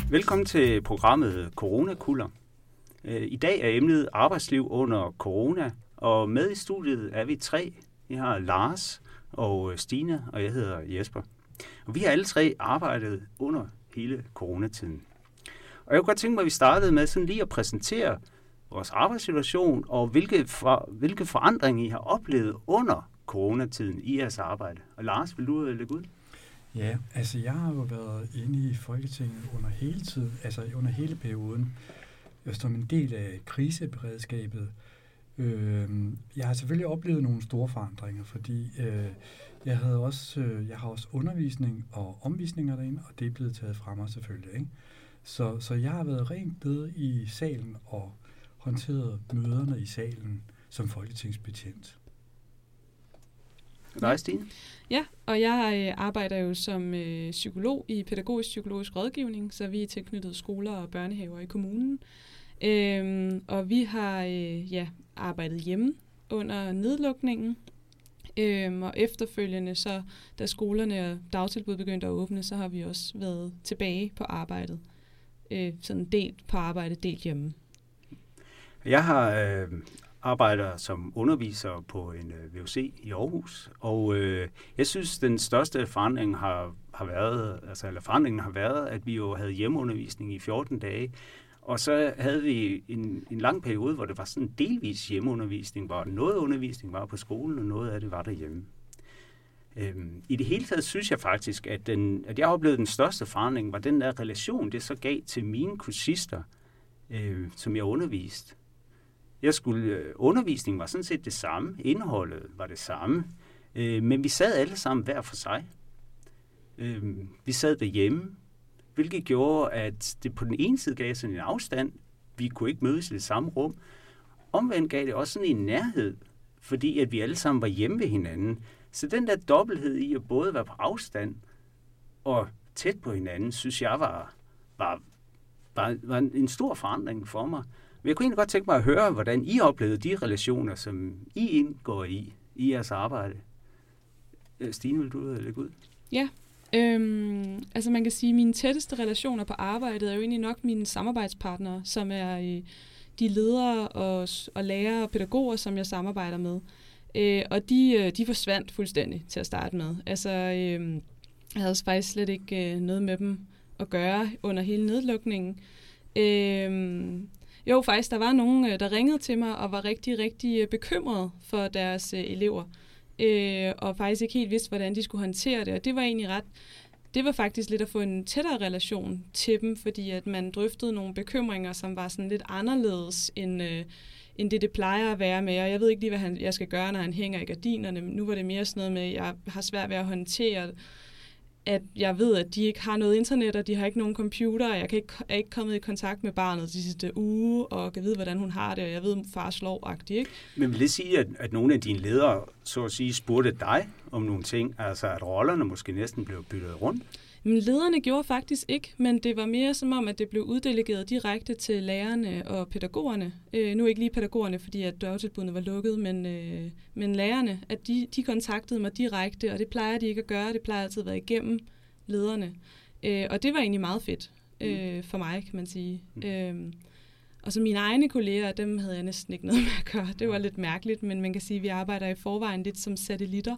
Velkommen til programmet Coronakuller. I dag er emnet arbejdsliv under corona, og med i studiet er vi 3. Vi har Lars og Stine, og jeg hedder Jesper. Og vi har alle 3 arbejdet under hele coronatiden. Og jeg kunne godt tænke mig, at vi startede med sådan lige at præsentere vores arbejdssituation, og hvilke forandringer I har oplevet under coronatiden i jeres arbejde. Og Lars, vil du lægge ud? Ja, altså jeg har jo været inde i Folketinget under hele tiden, altså under hele perioden, som en del af kriseberedskabet. Jeg har selvfølgelig oplevet nogle store forandringer, fordi jeg har også undervisning og omvisninger derinde, og det er blevet taget fra mig selvfølgelig, ikke? Så jeg har været rent nede i salen og håndteret møderne i salen som folketingsbetjent. Dig, Stine? Ja, og jeg arbejder jo som psykolog i pædagogisk-psykologisk rådgivning, så vi er tilknyttet skoler og børnehaver i kommunen. Og vi har arbejdet hjemme under nedlukningen, og efterfølgende, så da skolerne og dagtilbud begyndte at åbne, så har vi også været tilbage på arbejdet. Sådan delt på arbejde, delt hjemme. Jeg har arbejder som underviser på en VUC i Aarhus, og jeg synes, den største forandring forandringen har været, at vi jo havde hjemmeundervisning i 14 dage, og så havde vi en lang periode, hvor det var sådan delvis hjemmeundervisning, hvor noget undervisning var på skolen, og noget af det var derhjemme. I det hele taget synes jeg faktisk, at jeg oplevede den største forandring, var den der relation, det så gav til mine kursister, som jeg underviste. Undervisningen var sådan set det samme, indholdet var det samme, men vi sad alle sammen hver for sig. Vi sad derhjemme, hvilket gjorde, at det på den ene side gav sådan en afstand. Vi kunne ikke mødes i det samme rum. Omvendt gav det også sådan en nærhed, fordi at vi alle sammen var hjemme ved hinanden. Så den der dobbelthed i at både være på afstand og tæt på hinanden, synes jeg var en stor forandring for mig. Men jeg kunne egentlig godt tænke mig at høre, hvordan I oplevede de relationer, som I indgår i jeres arbejde. Stine, vil du lægge ud? Ja, altså man kan sige, at mine tætteste relationer på arbejdet er jo egentlig nok mine samarbejdspartnere, som er de ledere og lærere og pædagoger, som jeg samarbejder med. Og de forsvandt fuldstændig til at starte med. Altså, jeg havde faktisk slet ikke noget med dem at gøre under hele nedlukningen. Jo, faktisk, der var nogen, der ringede til mig og var rigtig, rigtig bekymrede for deres elever. Og faktisk ikke helt vidste, hvordan de skulle håndtere det. Og det var egentlig det var faktisk lidt at få en tættere relation til dem, fordi at man drøftede nogle bekymringer, som var sådan lidt anderledes end det plejer at være med. Og jeg ved ikke lige, hvad jeg skal gøre, når han hænger i gardinerne. Nu var det mere sådan noget med, at jeg har svært ved at håndtere, at jeg ved, at de ikke har noget internet, og de har ikke nogen computer, og jeg er ikke kommet i kontakt med barnet de sidste uge, og kan vide, hvordan hun har det, og jeg ved, far slår-agtigt, ikke? Men vil det sige, at nogle af dine ledere, så at sige, spurgte dig om nogle ting, altså at rollerne måske næsten blev byttet rundt? Men lederne gjorde faktisk ikke, men det var mere som om, at det blev uddelegeret direkte til lærerne og pædagogerne. Nu ikke lige pædagogerne, fordi at dagtilbudene var lukket, men lærerne, at de kontaktede mig direkte, og det plejer de ikke at gøre. Det plejer altid at være igennem lederne. Og det var egentlig meget fedt for mig, kan man sige. Og så mine egne kolleger, dem havde jeg næsten ikke noget med at gøre. Det var lidt mærkeligt, men man kan sige, at vi arbejder i forvejen lidt som satellitter.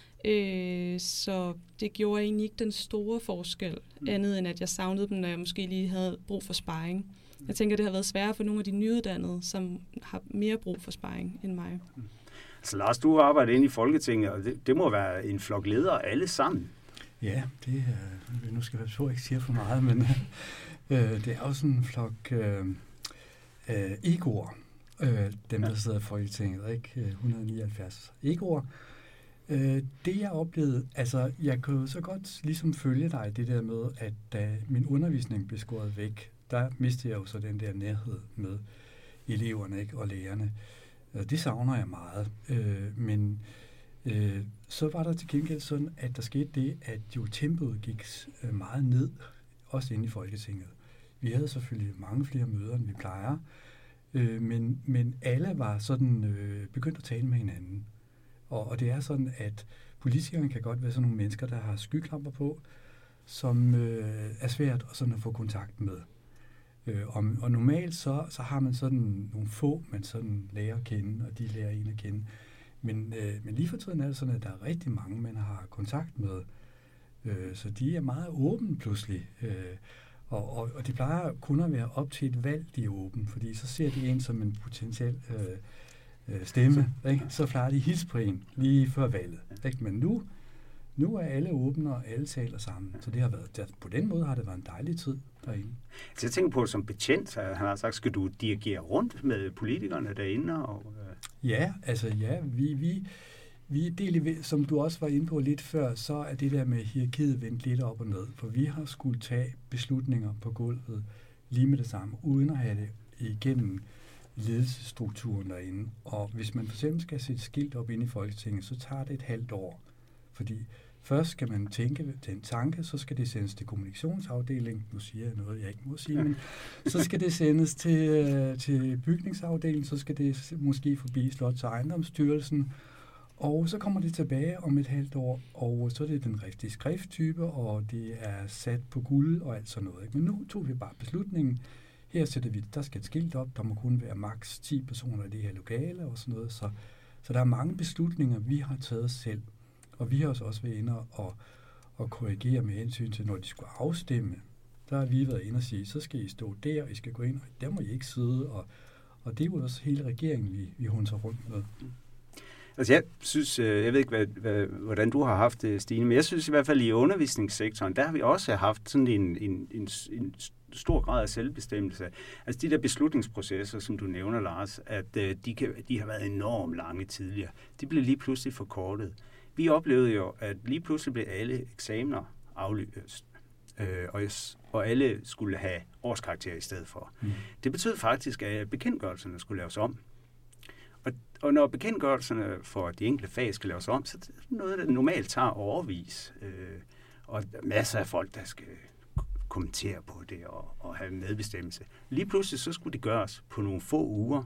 Så det gjorde egentlig ikke den store forskel, andet end at jeg savnede dem, når jeg måske lige havde brug for sparring. Jeg tænker, det har været sværere for nogle af de nyuddannede, som har mere brug for sparring end mig. Så Lars, du arbejder inde i Folketinget, og det må være en flok ledere alle sammen. Ja, det nu skal jeg så ikke sige for meget, men det er også en flok egoer, dem der sidder i Folketinget, ikke? 179 egoer. Det jeg oplevede, altså jeg kunne så godt ligesom følge dig det der med, at da min undervisning blev skåret væk, der mistede jeg jo så den der nærhed med eleverne, ikke, og lærerne. Det savner jeg meget, men så var der til gengæld sådan, at der skete det, at jo tempoet gik meget ned, også inde i Folketinget. Vi havde selvfølgelig mange flere møder, end vi plejer, men alle var sådan begyndt at tale med hinanden. Og det er sådan, at politikerne kan godt være sådan nogle mennesker, der har skyklapper på, som er svært sådan at få kontakt med. Og normalt så har man sådan nogle få, man sådan lærer at kende, og de lærer en at kende. Men lige for tiden er det sådan, at der er rigtig mange, man har kontakt med. Så de er meget åbne pludselig. Og det plejer kun at være op til et valg, de er åbne, fordi så ser de en som en potentiel stemme. Ikke? Så plejer de hils på en lige før valget. Ikke? Men nu er alle åbne, og alle taler sammen. Så det har været, på den måde har det været en dejlig tid derinde. Så jeg tænker på, som betjent, han har sagt, skal du dirigere rundt med politikerne derinde? Ja, vi deler, som du også var inde på lidt før, så er det der med hierarkiet vendt lidt op og ned. For vi har skulle tage beslutninger på gulvet lige med det samme, uden at have det igennem ledelsesstrukturen derinde. Og hvis man for eksempel skal sætte skilt op inde i Folketinget, så tager det et halvt år. Fordi først skal man tænke den tanke, så skal det sendes til kommunikationsafdelingen. Nu siger jeg noget, jeg ikke må sige, men så skal det sendes til bygningsafdelingen, så skal det måske forbi Slots- og Ejendomsstyrelsen, og så kommer det tilbage om et halvt år, og så er det den rigtige skrifttype, og det er sat på guld og alt sådan noget. Ikke? Men nu tog vi bare beslutningen. Her sætter vi, der skal et skilt op, der må kun være maks 10 personer i det her lokale og sådan noget. Så der er mange beslutninger, vi har taget selv. Og vi har også været inde og korrigere med hensyn til, når de skulle afstemme. Der har vi været inde og sige, så skal I stå der, og I skal gå ind, og der må I ikke sidde. Og det er jo også hele regeringen, vi hunser rundt med. Altså jeg synes, jeg ved ikke, hvordan du har haft det, Stine, men jeg synes i hvert fald i undervisningssektoren, der har vi også haft sådan en stor grad af selvbestemmelse. Altså de der beslutningsprocesser, som du nævner, Lars, at de har været enormt lange tidligere. De blev lige pludselig forkortet. Vi oplevede jo, at lige pludselig blev alle eksamener aflyst, og alle skulle have årskarakter i stedet for. Det betød faktisk, at bekendtgørelserne skulle laves om. Og når bekendtgørelserne for de enkelte fag skal laves om, så er det noget, der normalt tager overvis. Og masser af folk, der skal kommentere på det og have medbestemmelse. Lige pludselig så skulle det gøres på nogle få uger.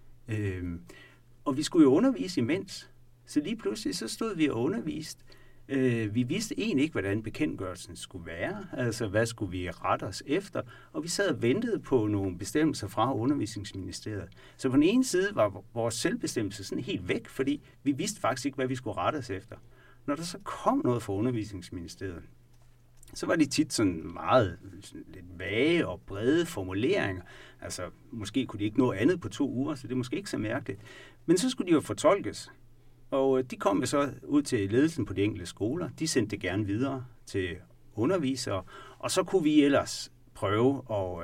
Og vi skulle jo undervise imens. Så lige pludselig så stod vi og underviste. Vi vidste egentlig ikke, hvordan bekendtgørelsen skulle være. Altså, hvad skulle vi rette os efter? Og vi sad og ventede på nogle bestemmelser fra Undervisningsministeriet. Så på den ene side var vores selvbestemmelse sådan helt væk, fordi vi vidste faktisk ikke, hvad vi skulle rette os efter. Når der så kom noget fra Undervisningsministeriet, så var de tit sådan meget sådan lidt vage og brede formuleringer. Altså, måske kunne de ikke nå andet på 2 uger, så det er måske ikke så mærkeligt. Men så skulle de jo fortolkes. Og de kom jo så ud til ledelsen på de enkelte skoler. De sendte det gerne videre til undervisere. Og så kunne vi ellers prøve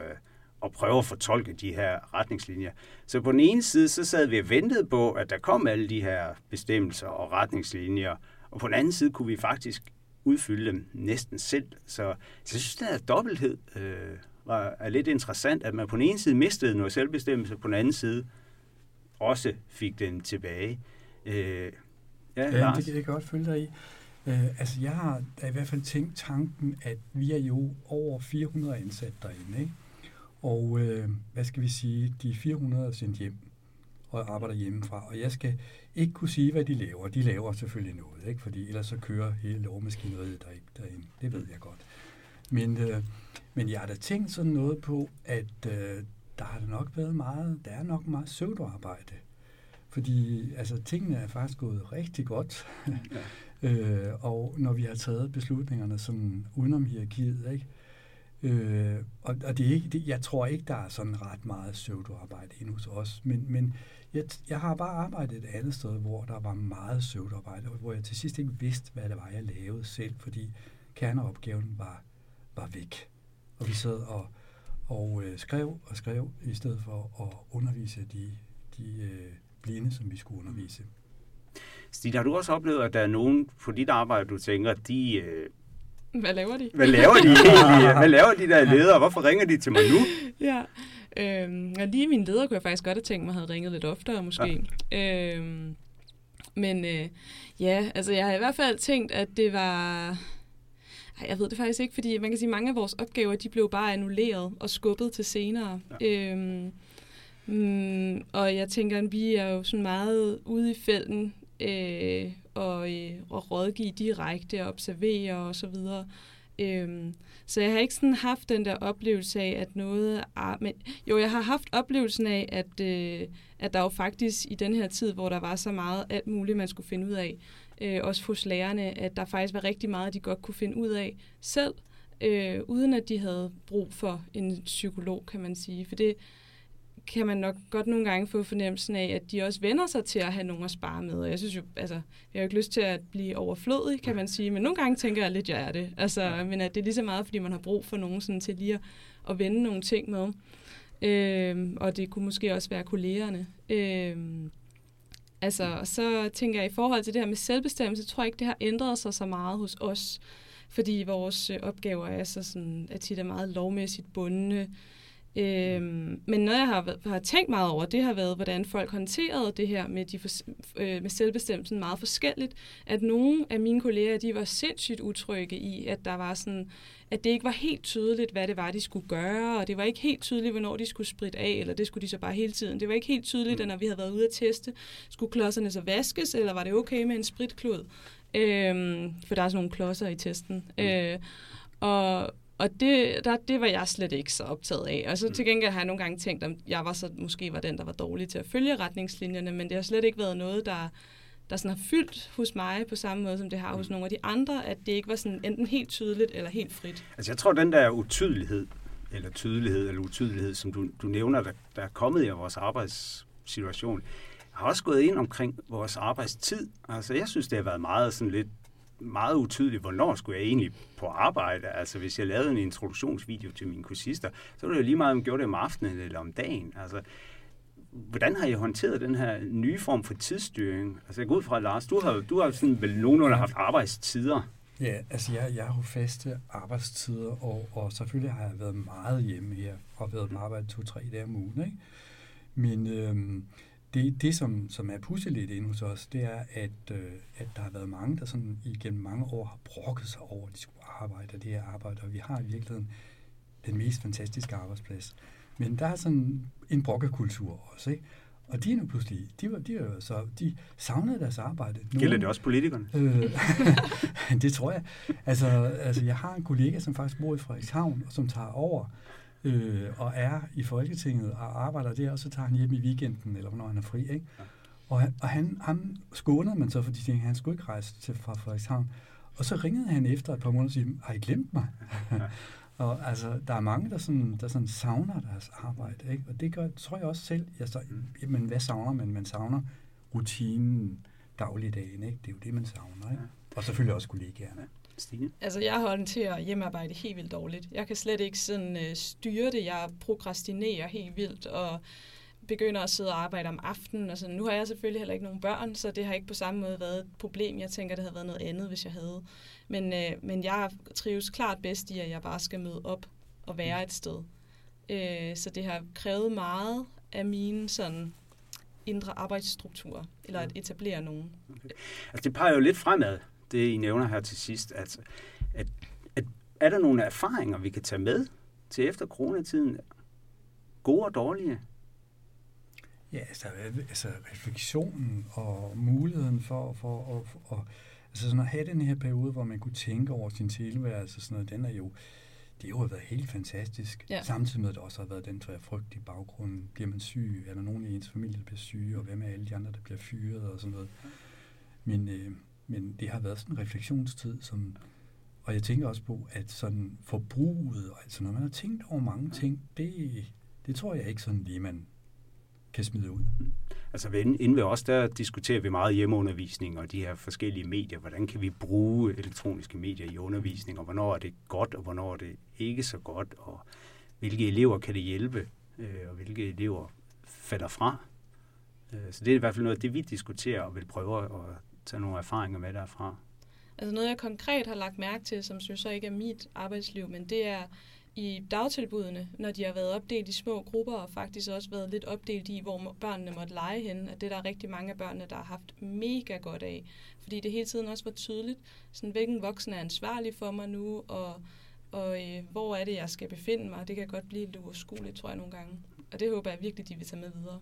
at fortolke de her retningslinjer. Så på den ene side, så sad vi og ventede på, at der kom alle de her bestemmelser og retningslinjer. Og på den anden side kunne vi faktisk udfylde dem næsten selv. Så jeg synes, den her dobbelthed er lidt interessant, at man på den ene side mistede noget selvbestemmelse, på den anden side også fik den tilbage. Det kan jeg godt følge dig i. Altså, jeg har i hvert fald tænkt tanken, at vi er jo over 400 ansat derinde, ikke? Og hvad skal vi sige, de 400 er sendt hjem og arbejder hjemmefra, og jeg skal ikke kunne sige, hvad de laver. De laver selvfølgelig noget, ikke? Fordi ellers så kører hele lovmaskineriet der ikke derinde. Det ved jeg godt. Men jeg har da tænkt sådan noget på, at der har nok været meget pseudoarbejde. Fordi altså, tingene er faktisk gået rigtig godt. Ja. Og når vi har taget beslutningerne sådan udenom hierarkiet, ikke? Og det er ikke, jeg tror ikke, der er sådan ret meget pseudoarbejde inde hos os. Men jeg har bare arbejdet et andet sted, hvor der var meget pseudoarbejde, hvor jeg til sidst ikke vidste, hvad det var, jeg lavede selv, fordi kerneopgaven var væk. Og vi sad og skrev i stedet for at undervise de blinde, som vi skulle undervise. Stig, har du også oplevet, at der er nogen på dit arbejde, du tænker, de... Hvad laver de? Hvad laver de egentlig? Hvad laver de der ledere? Hvorfor ringer de til mig nu? Ja, og lige mine ledere kunne jeg faktisk godt have tænkt mig, havde ringet lidt oftere måske. Ja. Men altså jeg har i hvert fald tænkt, at det var... Jeg ved det faktisk ikke, fordi man kan sige, at mange af vores opgaver, de blev bare annulleret og skubbet til senere. Ja. Og jeg tænker, at vi er jo sådan meget ude i felten og rådgive direkte og observere og så videre. Så jeg har ikke sådan haft den der oplevelse af, at noget... Men jo, jeg har haft oplevelsen af, at der jo faktisk i den her tid, hvor der var så meget alt muligt, man skulle finde ud af, også hos lærerne, at der faktisk var rigtig meget, de godt kunne finde ud af selv, uden at de havde brug for en psykolog, kan man sige. For det kan man nok godt nogle gange få fornemmelsen af, at de også vender sig til at have nogen at spare med. Og jeg synes jo, altså, jeg har jo ikke lyst til at blive overflødig, kan man sige, men nogle gange tænker jeg lidt, jeg er det. Altså, men at det er lige så meget, fordi man har brug for nogen sådan til lige at vende nogle ting med. Og det kunne måske også være kollegerne. Altså, så tænker jeg, i forhold til det her med selvbestemmelse, tror jeg ikke, det har ændret sig så meget hos os, fordi vores opgaver er så sådan, at tit er meget lovmæssigt bundne. Men noget, jeg har tænkt meget over, det har været, hvordan folk håndterede det her med selvbestemmelsen meget forskelligt. At nogle af mine kolleger, de var sindssygt utrygge i, at der var sådan, at det ikke var helt tydeligt, hvad det var, de skulle gøre, og det var ikke helt tydeligt, hvornår de skulle spritte af, eller det skulle de så bare hele tiden. Det var ikke helt tydeligt, at når vi havde været ude at teste, skulle klodserne så vaskes, eller var det okay med en spritklud? For der er sådan nogle klodser i testen. Og det var jeg slet ikke så optaget af. Og så til gengæld har jeg nogle gange tænkt, at jeg måske var den, der var dårlig til at følge retningslinjerne, men det har slet ikke været noget, der sådan har fyldt hos mig på samme måde, som det har hos nogle af de andre, at det ikke var sådan enten helt tydeligt eller helt frit. Altså jeg tror, den der utydelighed, eller utydelighed, som du nævner, der er kommet i vores arbejdssituation, har også gået ind omkring vores arbejdstid. Altså jeg synes, det har været meget utydeligt, hvornår skulle jeg egentlig på arbejde. Altså, hvis jeg lavede en introduktionsvideo til mine kursister, så var det jo lige meget, om jeg gjorde det om aftenen eller om dagen. Altså, hvordan har I håndteret den her nye form for tidsstyring? Altså, jeg går ud fra, Lars, du har sådan vel nogenlunde haft arbejdstider. Ja, altså, jeg har jo faste arbejdstider, og selvfølgelig har jeg været meget hjemme her, og været med arbejde 2-3 dage om ugen, ikke? Men det som er pudseligt inde hos os, det er, at der har været mange, der sådan igennem mange år har brokket sig over, at de skulle arbejde, og det her arbejde, og vi har i virkeligheden den mest fantastiske arbejdsplads. Men der er sådan en brokkekultur også, ikke? Og de er nu pludselig, de savnede deres arbejde. Gælder det også politikerne? Det tror jeg. Altså, jeg har en kollega, som faktisk bor i Frederikshavn, og som tager over og er i Folketinget og arbejder der, og så tager han hjem i weekenden, eller hvornår han er fri, ikke? Ja. Og han skånede man så, fordi han skulle ikke rejse fra Frederikshavn. Og så ringede han efter et par måneder og siger, har I glemt mig? Ja. Og altså, der er mange, der sådan savner deres arbejde, ikke? Og det tror jeg også selv. Men hvad savner man? Man savner rutinen, dagligdagen, ikke? Det er jo det, man savner, ikke? Og selvfølgelig også kollegaerne. Stine? Altså, jeg håndterer hjemmearbejde helt vildt dårligt. Jeg kan slet ikke sådan styre det. Jeg prokrastinerer helt vildt og begynder at sidde og arbejde om aftenen. Og sådan. Nu har jeg selvfølgelig heller ikke nogen børn, så det har ikke på samme måde været et problem. Jeg tænker, det havde været noget andet, hvis jeg havde. Men jeg trives klart bedst i, at jeg bare skal møde op og være et sted. Så det har krævet meget af mine sådan indre arbejdsstrukturer, eller at etablere nogen. Okay. Altså, det peger jo lidt fremad, det I nævner her til sidst, at er der nogle erfaringer, vi kan tage med til efter coronatiden? Gode og dårlige? Ja, altså refleksionen og muligheden for altså sådan at have den her periode, hvor man kunne tænke over sin tilværelse, sådan noget, det har jo været helt fantastisk. Ja. Samtidig med, at der også har været den frygt i baggrunden. Bliver man syg? Er der nogen i ens familie, der bliver syge? Og hvad med alle de andre, der bliver fyret og sådan noget? Men det har været sådan en refleksionstid, og jeg tænker også på, at sådan forbruget, altså når man har tænkt over mange ting, det tror jeg ikke sådan lige, man kan smide ud. Altså inden ved os, der diskuterer vi meget hjemmeundervisning og de her forskellige medier. Hvordan kan vi bruge elektroniske medier i undervisning, og hvornår er det godt, og hvornår er det ikke så godt, og hvilke elever kan det hjælpe, og hvilke elever falder fra. Så det er i hvert fald noget af det, vi diskuterer og vil prøve at tage nogle erfaringer med derfra. Altså noget, jeg konkret har lagt mærke til, som synes så ikke er mit arbejdsliv, men det er i dagtilbudene, når de har været opdelt i små grupper, og faktisk også været lidt opdelt i, hvor børnene måtte lege henne, at det der er rigtig mange af børnene, der har haft mega godt af. Fordi det hele tiden også var tydeligt, sådan, hvilken voksen er ansvarlig for mig nu, og hvor er det, jeg skal befinde mig. Det kan godt blive lidt uoverskueligt, tror jeg nogle gange. Og det håber jeg virkelig, de vil tage med videre.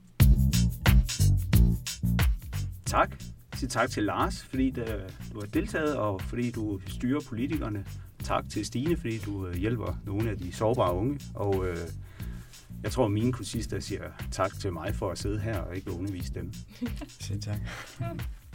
Tak. Sig tak til Lars, fordi du har deltaget, og fordi du styrer politikerne tak til Stine, fordi du hjælper nogle af de sårbare unge, og jeg tror, mine kursister siger tak til mig for at sidde her og ikke undervise dem. Selv tak.